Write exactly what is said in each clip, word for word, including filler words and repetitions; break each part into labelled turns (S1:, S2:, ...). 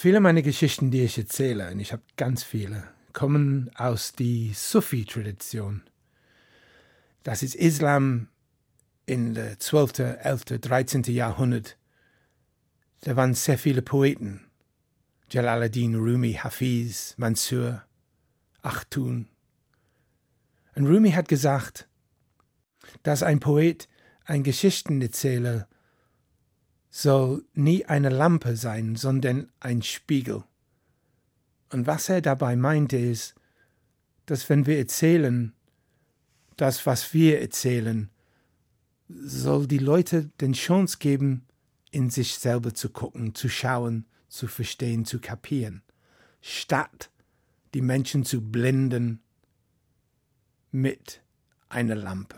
S1: Viele meiner Geschichten, die ich erzähle, und ich habe ganz viele, kommen aus der Sufi-Tradition. Das ist Islam in der zwölften, elften, dreizehnten Jahrhundert. Da waren sehr viele Poeten. Jalaluddin Rumi, Hafiz, Mansur, Achtun. Und Rumi hat gesagt, dass ein Poet, ein Geschichtenerzähler, soll nie eine Lampe sein, sondern ein Spiegel. Und was er dabei meinte ist, dass wenn wir erzählen, das, was wir erzählen, soll die Leute den Chance geben, in sich selber zu gucken, zu schauen, zu verstehen, zu kapieren, statt die Menschen zu blenden mit einer Lampe.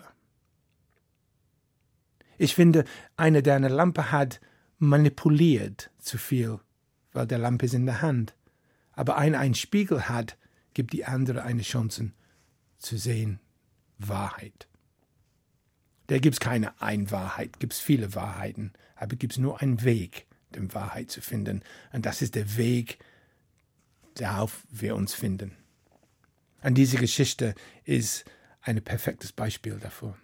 S1: Ich finde, einer, der eine Lampe hat, manipuliert zu viel, weil der Lampe ist in der Hand. Aber einer, der einen Spiegel hat, gibt die andere eine Chance zu sehen, Wahrheit. Da gibt es keine Ein-Wahrheit, gibt es viele Wahrheiten, aber gibt es nur einen Weg, die Wahrheit zu finden. Und das ist der Weg, darauf wir uns finden. Und diese Geschichte ist ein perfektes Beispiel davor.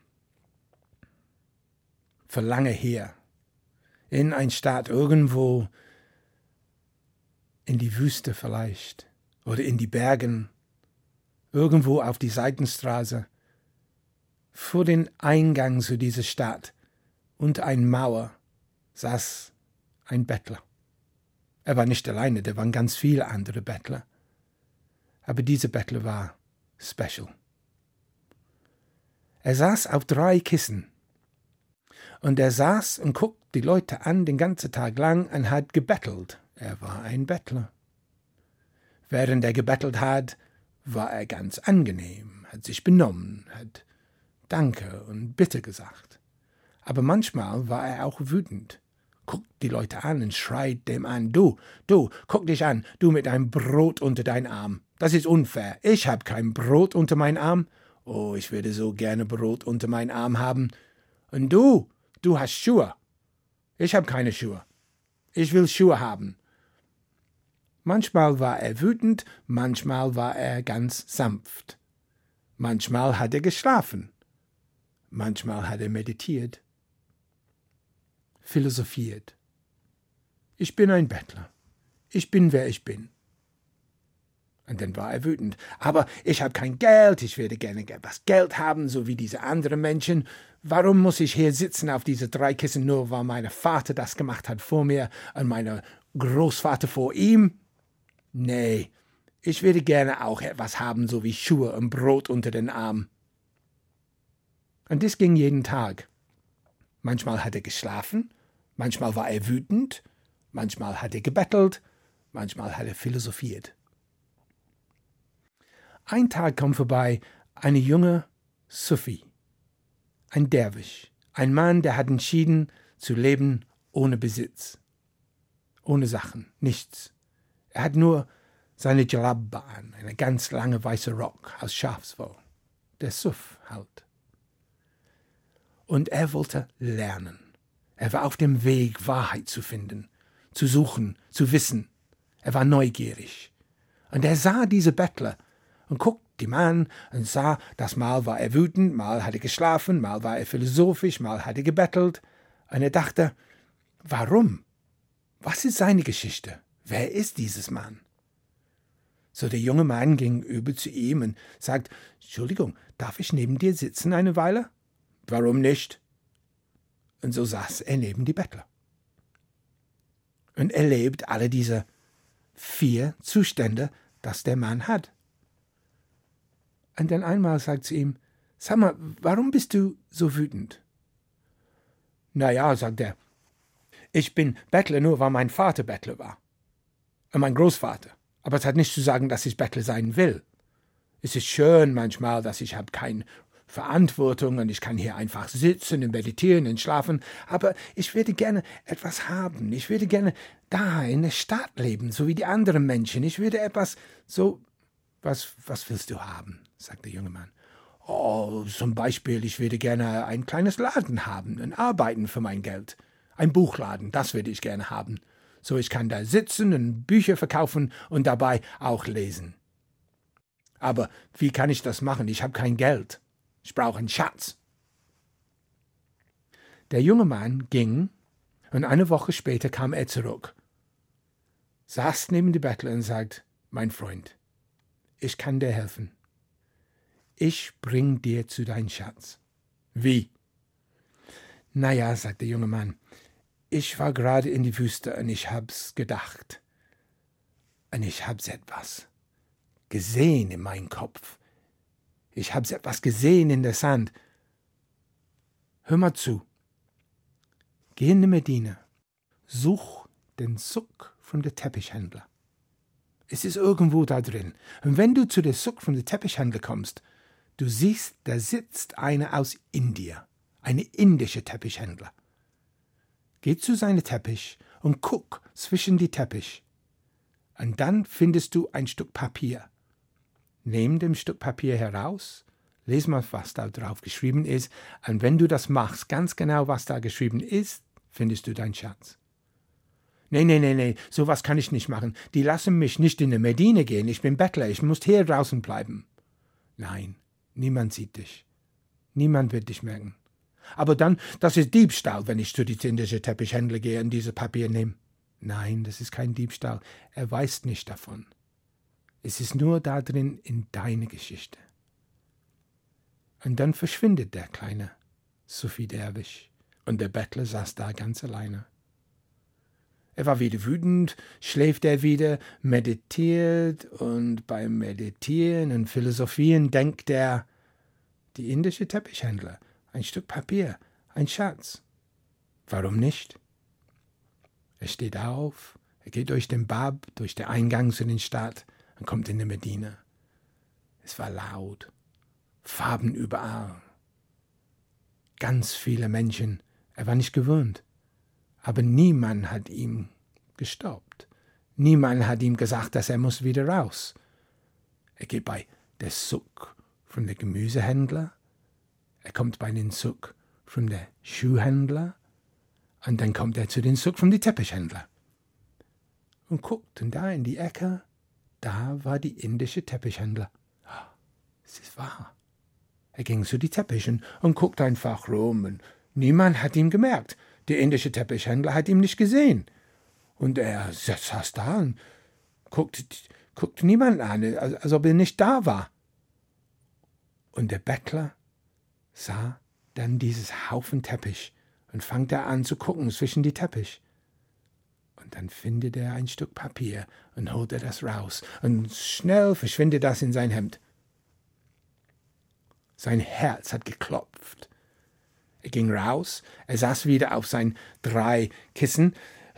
S1: Für lange her, in einer Stadt irgendwo in die Wüste vielleicht oder in die Bergen, irgendwo auf die Seitenstraße, vor dem Eingang zu dieser Stadt unter einer Mauer saß ein Bettler. Er war nicht alleine, da waren ganz viele andere Bettler. Aber dieser Bettler war special. Er saß auf drei Kissen. Und er saß und guckte die Leute an den ganzen Tag lang und hat gebettelt. Er war ein Bettler. Während er gebettelt hat, war er ganz angenehm, hat sich benommen, hat Danke und Bitte gesagt. Aber manchmal war er auch wütend, guckt die Leute an und schreit dem an, du, du, guck dich an, du mit deinem Brot unter deinen Arm. Das ist unfair, ich habe kein Brot unter meinen Arm. Oh, ich würde so gerne Brot unter meinen Arm haben. Und du, du hast Schuhe. Ich habe keine Schuhe. Ich will Schuhe haben. Manchmal war er wütend, manchmal war er ganz sanft. Manchmal hat er geschlafen. Manchmal hat er meditiert. Philosophiert. Ich bin ein Bettler. Ich bin, wer ich bin. Und dann war er wütend. Aber ich habe kein Geld, ich würde gerne etwas Geld haben, so wie diese anderen Menschen. Warum muss ich hier sitzen auf diese drei Kissen, nur weil mein Vater das gemacht hat vor mir und mein Großvater vor ihm? Nee, ich würde gerne auch etwas haben, so wie Schuhe und Brot unter den Arm. Und das ging jeden Tag. Manchmal hat er geschlafen, manchmal war er wütend, manchmal hat er gebettelt, manchmal hat er philosophiert. Ein Tag kam vorbei eine junge Sufi, ein Derwisch, ein Mann, der hat entschieden zu leben ohne Besitz, ohne Sachen, nichts. Er hat nur seine Jalabba an, eine ganz lange weiße Rock aus Schafswoll, der Suf halt. Und er wollte lernen. Er war auf dem Weg, Wahrheit zu finden, zu suchen, zu wissen. Er war neugierig. Und er sah diese Bettler und guckte ihm an und sah, dass mal war er wütend, mal hat er geschlafen, mal war er philosophisch, mal hat er gebettelt. Und er dachte, warum? Was ist seine Geschichte? Wer ist dieses Mann? So der junge Mann ging über zu ihm und sagt, Entschuldigung, darf ich neben dir sitzen eine Weile? Warum nicht? Und so saß er neben die Bettler. Und erlebt alle diese vier Zustände, dass der Mann hat. Und dann einmal sagt sie ihm, sag mal, warum bist du so wütend? Na ja, sagt er, ich bin Bettler nur, weil mein Vater Bettler war. Und mein Großvater. Aber es hat nicht zu sagen, dass ich Bettler sein will. Es ist schön manchmal, dass ich habe keine Verantwortung und ich kann hier einfach sitzen und meditieren und schlafen. Aber ich würde gerne etwas haben. Ich würde gerne da in der Stadt leben, so wie die anderen Menschen. Ich würde etwas so... Was, was willst du haben? Sagt der junge Mann. Oh, zum Beispiel, ich würde gerne ein kleines Laden haben und arbeiten für mein Geld. Ein Buchladen, das würde ich gerne haben. so ich kann da sitzen und Bücher verkaufen und dabei auch lesen. Aber wie kann ich das machen? Ich habe kein Geld. Ich brauche einen Schatz. Der junge Mann ging, und eine Woche später kam er zurück, saß neben dem Bettler und sagte, mein Freund, ich kann dir helfen. Ich bring dir zu deinem Schatz. Wie? Na ja, sagt der junge Mann, ich war gerade in die Wüste und ich hab's gedacht. Und ich hab's etwas gesehen in meinem Kopf. Ich hab's etwas gesehen in der Sand. Hör mal zu. Geh in die Medina. Such den Suck von der Teppichhändler. Es ist irgendwo da drin. Und wenn du zu der Suck von der Teppichhändler kommst, du siehst, da sitzt einer aus Indien, eine indische Teppichhändler. Geh zu seinem Teppich und guck zwischen die Teppich. Und dann findest du ein Stück Papier. Nimm dem Stück Papier heraus, lies mal, was da drauf geschrieben ist, und wenn du das machst, ganz genau, was da geschrieben ist, findest du deinen Schatz. Nee, nee, nee, nee, sowas kann ich nicht machen. Die lassen mich nicht in die Medina gehen, ich bin Bettler, ich muss hier draußen bleiben. Nein, niemand sieht dich. Niemand wird dich merken. Aber dann, das ist Diebstahl, wenn ich zu die indische Teppichhändler gehe und dieses Papier nehme. Nein, das ist kein Diebstahl. Er weiß nicht davon. Es ist nur da drin in deine Geschichte. Und dann verschwindet der kleine Sufi Derwisch und der Bettler saß da ganz alleine. Er war wieder wütend, schläft er wieder, meditiert und beim Meditieren und Philosophieren denkt er, die indische Teppichhändler, ein Stück Papier, ein Schatz. Warum nicht? Er steht auf, er geht durch den Bab, durch den Eingang zu den Stadt und kommt in die Medina. Es war laut, Farben überall, ganz viele Menschen. Er war nicht gewöhnt, aber niemand hat ihm gestoppt. Niemand hat ihm gesagt, dass er muss wieder raus. Er geht bei der Suck von der Gemüsehändler, er kommt bei den Suck von der Schuhhändler und dann kommt er zu den Suck von den Teppichhändler. Und guckt, und da in die Ecke, da war die indische Teppichhändler. Es ist wahr. Er ging zu den Teppichen und guckte einfach rum und niemand hat ihn gemerkt. Der indische Teppichhändler hat ihn nicht gesehen. Und er saß da und guckte, guckte niemanden an, als, als ob er nicht da war. Und der Bettler sah dann dieses Haufen Teppich und fängt er an zu gucken zwischen die Teppich. Und dann findet er ein Stück Papier und holt er das raus. Und schnell verschwindet das in sein Hemd. Sein Herz hat geklopft. Er ging raus, er saß wieder auf sein drei Kissen.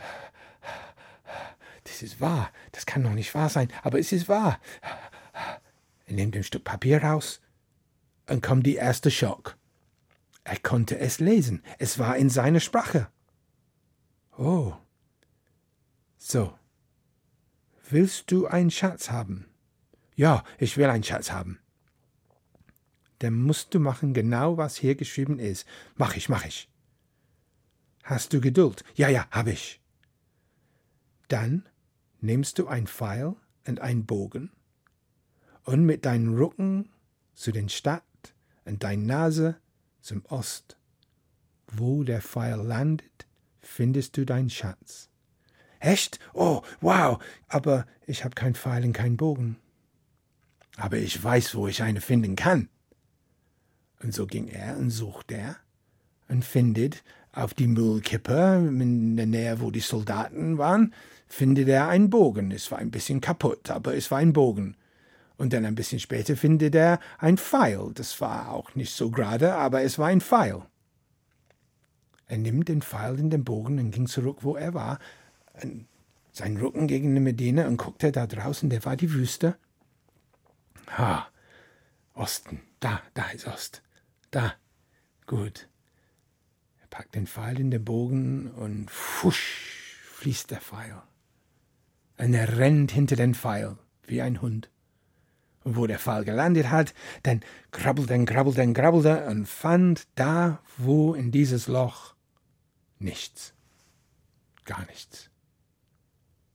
S1: Das ist wahr, das kann doch nicht wahr sein, aber es ist wahr. Er nimmt ein Stück Papier raus und kommt der erste Schock. Er konnte es lesen, es war in seiner Sprache. Oh. So. Willst du einen Schatz haben? Ja, ich will einen Schatz haben. Dann musst du machen genau, was hier geschrieben ist. Mach ich, mach ich. Hast du Geduld? Ja, ja, hab ich. Dann nimmst du ein Pfeil und einen Bogen und mit deinem Rücken zu den Stadt und deine Nase zum Ost. Wo der Pfeil landet, findest du deinen Schatz. Echt? Oh, wow, aber ich habe keinen Pfeil und keinen Bogen. Aber ich weiß, wo ich eine finden kann. Und so ging er und suchte er und findet auf die Müllkippe in der Nähe, wo die Soldaten waren, findet er einen Bogen. Es war ein bisschen kaputt, aber es war ein Bogen. Und dann ein bisschen später findet er ein Pfeil. Das war auch nicht so gerade, aber es war ein Pfeil. Er nimmt den Pfeil in den Bogen und ging zurück, wo er war. Und sein Rücken gegen die Medina und guckte da draußen, der war die Wüste. Ha, Osten, da, da ist Ost. Da, gut. Er packt den Pfeil in den Bogen und fusch, fließt der Pfeil. Und er rennt hinter den Pfeil, wie ein Hund. Und wo der Pfeil gelandet hat, dann krabbelt er, krabbelt er, krabbelt er und fand da, wo in dieses Loch, nichts. Gar nichts.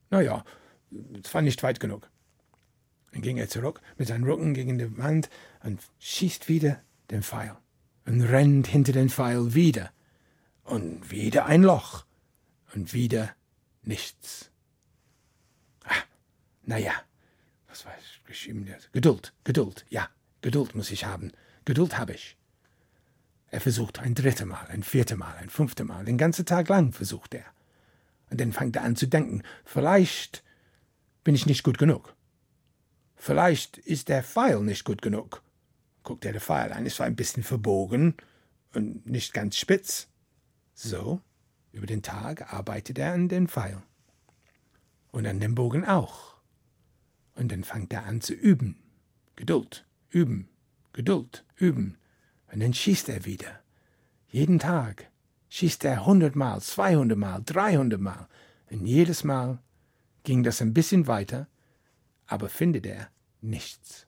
S1: Na ja, es war nicht weit genug. Dann ging er zurück mit seinem Rücken gegen die Wand und schießt wieder den Pfeil und rennt hinter den Pfeil wieder und wieder ein Loch und wieder nichts. Ah, na ja, was war geschrieben? Geduld, Geduld, ja, Geduld muss ich haben. Geduld habe ich. Er versucht ein drittes Mal, ein viertes Mal, ein fünftes Mal, den ganzen Tag lang versucht er. Und dann fängt er an zu denken, vielleicht bin ich nicht gut genug. Vielleicht ist der Pfeil nicht gut genug. Guckt er den Pfeil an, es war ein bisschen verbogen und nicht ganz spitz. So, über den Tag arbeitet er an den Pfeil. Und an dem Bogen auch. Und dann fängt er an zu üben. Geduld, üben, Geduld, üben. Und dann schießt er wieder. Jeden Tag schießt er hundertmal, zweihundertmal, dreihundertmal. Und jedes Mal ging das ein bisschen weiter, aber findet er nichts.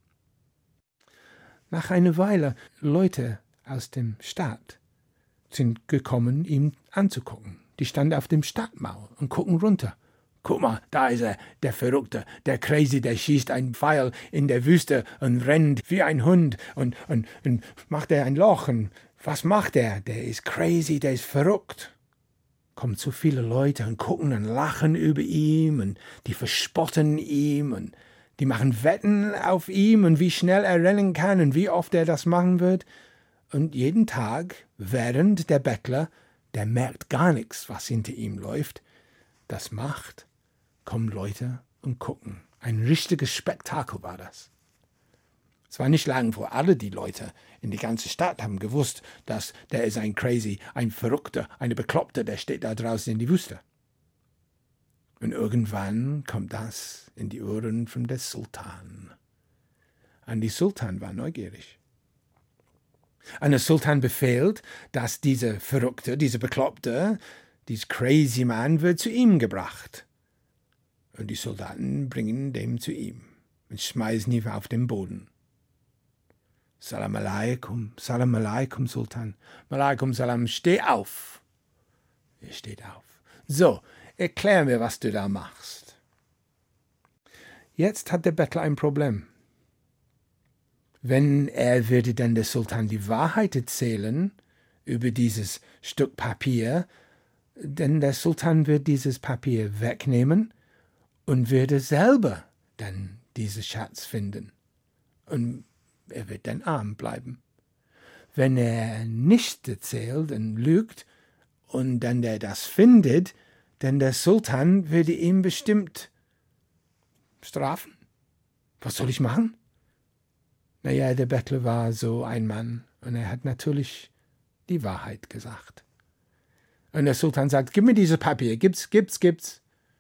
S1: Nach einer Weile Leute aus dem Stadt sind gekommen, ihm anzugucken. Die standen auf dem Stadtmauer und gucken runter. Guck mal, da ist er, der Verrückte, der Crazy, der schießt einen Pfeil in der Wüste und rennt wie ein Hund und, und, und macht er ein Loch. Und was macht er? Der ist crazy, der ist verrückt. Kommen zu viele Leute und gucken und lachen über ihn und die verspotten ihm und die machen Wetten auf ihm und wie schnell er rennen kann und wie oft er das machen wird. Und jeden Tag, während der Bettler, der merkt gar nichts, was hinter ihm läuft, das macht, kommen Leute und gucken. Ein richtiges Spektakel war das. Es war nicht lang, wo alle die Leute in die ganze Stadt haben gewusst, dass der ist ein Crazy, ein Verrückter, eine Bekloppte, der steht da draußen in die Wüste. Und irgendwann kommt das in die Ohren von der Sultan. Und die Sultan war neugierig. Und der Sultan befehlt, dass dieser Verrückte, dieser Bekloppte, dieser Crazy Man wird zu ihm gebracht. Und die Soldaten bringen den zu ihm und schmeißen ihn auf den Boden. Salam alaikum, salam alaikum, Sultan. Malaikum salam, steh auf. Er steht auf. So, erklär mir, was du da machst. Jetzt hat der Bettler ein Problem. Wenn er würde dann der Sultan die Wahrheit erzählen über dieses Stück Papier, denn der Sultan wird dieses Papier wegnehmen und würde selber dann diesen Schatz finden. Und er wird dann arm bleiben. Wenn er nicht erzählt und lügt und dann der das findet, dann der Sultan würde ihn bestimmt strafen. Was soll ich machen? Naja, der Bettler war so ein Mann und er hat natürlich die Wahrheit gesagt. Und der Sultan sagt, gib mir dieses Papier, gib's, gib's, gib's.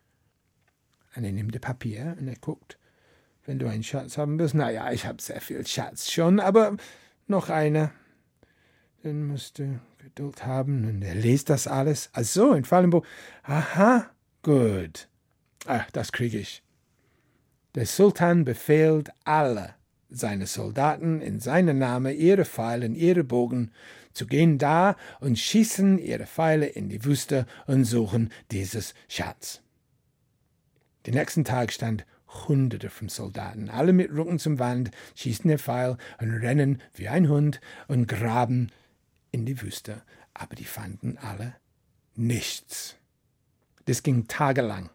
S1: Und er nimmt das Papier und er guckt, wenn du einen Schatz haben willst, naja, ich habe sehr viel Schatz schon, aber noch eine. Dann musst du Geduld haben und er liest das alles. Ach so, ein Fallenbuch. Aha, gut. Ach, das kriege ich. Der Sultan befehlt alle seine Soldaten in seinem Namen ihre Pfeile und ihre Bogen zu gehen da und schießen ihre Pfeile in die Wüste und suchen dieses Schatz. Den nächsten Tag stand Hunderte von Soldaten, alle mit Rücken zum Wand, schießen den Pfeil und rennen wie ein Hund und graben in die Wüste. Aber die fanden alle nichts. Das ging tagelang.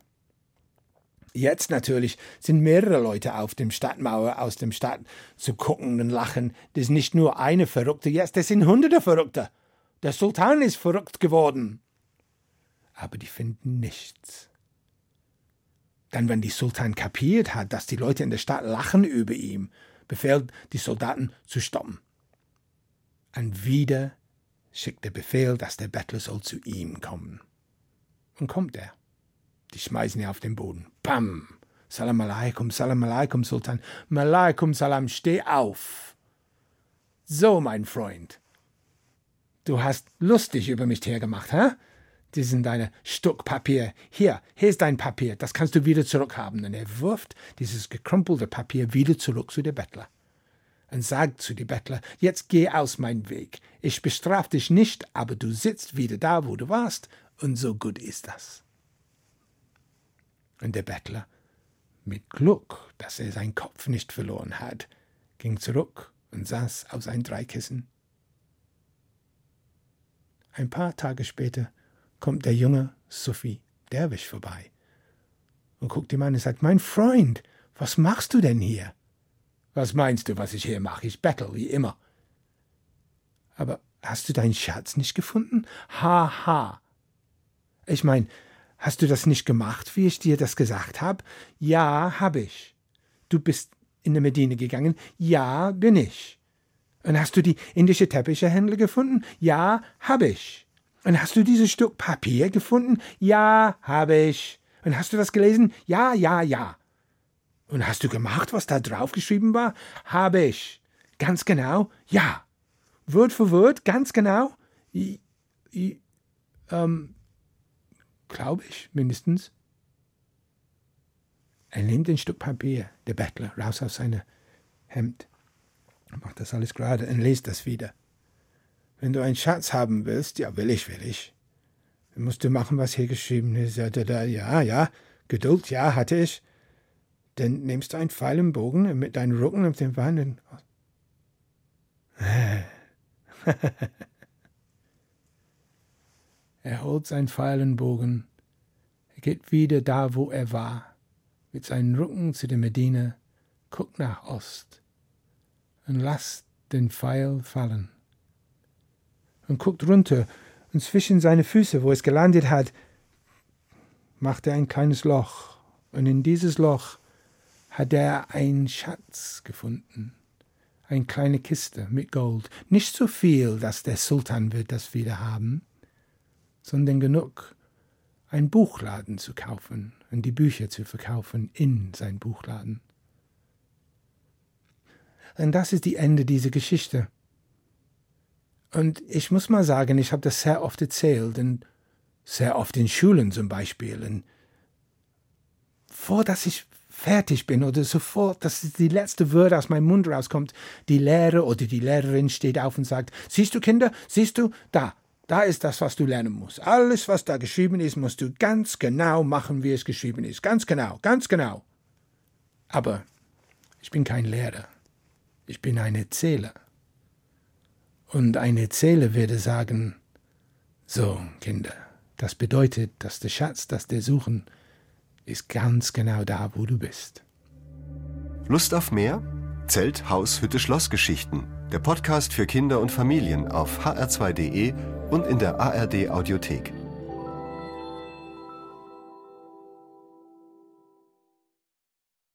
S1: Jetzt natürlich sind mehrere Leute auf dem Stadtmauer aus dem Stadt zu gucken und lachen. Das ist nicht nur eine Verrückte, jetzt das sind hunderte Verrückte. Der Sultan ist verrückt geworden. Aber die finden nichts. Dann, wenn die Sultan kapiert hat, dass die Leute in der Stadt lachen über ihn, befehlt die Soldaten zu stoppen. Und wieder schickt der Befehl, dass der Bettler soll zu ihm kommen. Und kommt er. Die schmeißen ihn auf den Boden. Pam! Salam alaikum, salam alaikum, Sultan. Malaikum salam, steh auf. So, mein Freund. Du hast lustig über mich hergemacht, hä? Das sind deine Stück Papier. Hier, hier ist dein Papier. Das kannst du wieder zurückhaben. Und er wirft dieses gekrumpelte Papier wieder zurück zu der Bettler. Und sagt zu dem Bettler, jetzt geh aus meinem Weg. Ich bestrafe dich nicht, aber du sitzt wieder da, wo du warst. Und so gut ist das. Und der Bettler, mit Glück, dass er seinen Kopf nicht verloren hat, ging zurück und saß auf sein Dreikissen. Ein paar Tage später kommt der junge Sufi Derwisch vorbei und guckt ihm an und sagt, mein Freund, was machst du denn hier? Was meinst du, was ich hier mache? Ich bettel, wie immer. Aber hast du deinen Schatz nicht gefunden? Ha, ha. Ich meine, hast du das nicht gemacht, wie ich dir das gesagt habe? Ja, hab ich. Du bist in der Medine gegangen? Ja, bin ich. Und hast du die indische Teppichehändler gefunden? Ja, hab ich. Und hast du dieses Stück Papier gefunden? Ja, hab ich. Und hast du das gelesen? Ja, ja, ja. Und hast du gemacht, was da drauf geschrieben war? Hab ich. Ganz genau? Ja. Wort für Wort? Ganz genau? I, I, ähm, glaube ich, mindestens. Er nimmt ein Stück Papier, der Bettler, raus aus seinem Hemd, macht das alles gerade und liest das wieder. Wenn du einen Schatz haben willst, ja, will ich, will ich. Dann musst du machen, was hier geschrieben ist. Ja, ja, ja, Geduld, ja, hatte ich. Dann nimmst du einen Pfeil im Bogen mit deinem Rücken auf den Wand und... Er holt seinen Pfeil und Bogen. Er geht wieder da, wo er war, mit seinem Rücken zu der Medine, guckt nach Ost und lässt den Pfeil fallen. Und guckt runter, und zwischen seine Füße, wo es gelandet hat, macht er ein kleines Loch. Und in dieses Loch hat er einen Schatz gefunden. Eine kleine Kiste mit Gold. Nicht so viel, dass der Sultan wird das wieder haben, sondern genug, einen Buchladen zu kaufen und die Bücher zu verkaufen in sein Buchladen. Und das ist die Ende dieser Geschichte. Und ich muss mal sagen, ich habe das sehr oft erzählt, und sehr oft in Schulen zum Beispiel. Und vor dass ich fertig bin oder sofort, dass die letzte Wörter aus meinem Mund rauskommt, die Lehrer oder die Lehrerin steht auf und sagt, siehst du Kinder, siehst du, da, da ist das, was du lernen musst. Alles, was da geschrieben ist, musst du ganz genau machen, wie es geschrieben ist. Ganz genau, ganz genau. Aber ich bin kein Lehrer. Ich bin ein Erzähler. Und ein Erzähler würde sagen, so, Kinder, das bedeutet, dass der Schatz, das wir suchen, ist ganz genau da, wo du bist.
S2: Lust auf mehr? Zelt, Haus, Hütte, Schlossgeschichten. Der Podcast für Kinder und Familien auf h r zwei punkt d e und in der A R D Audiothek.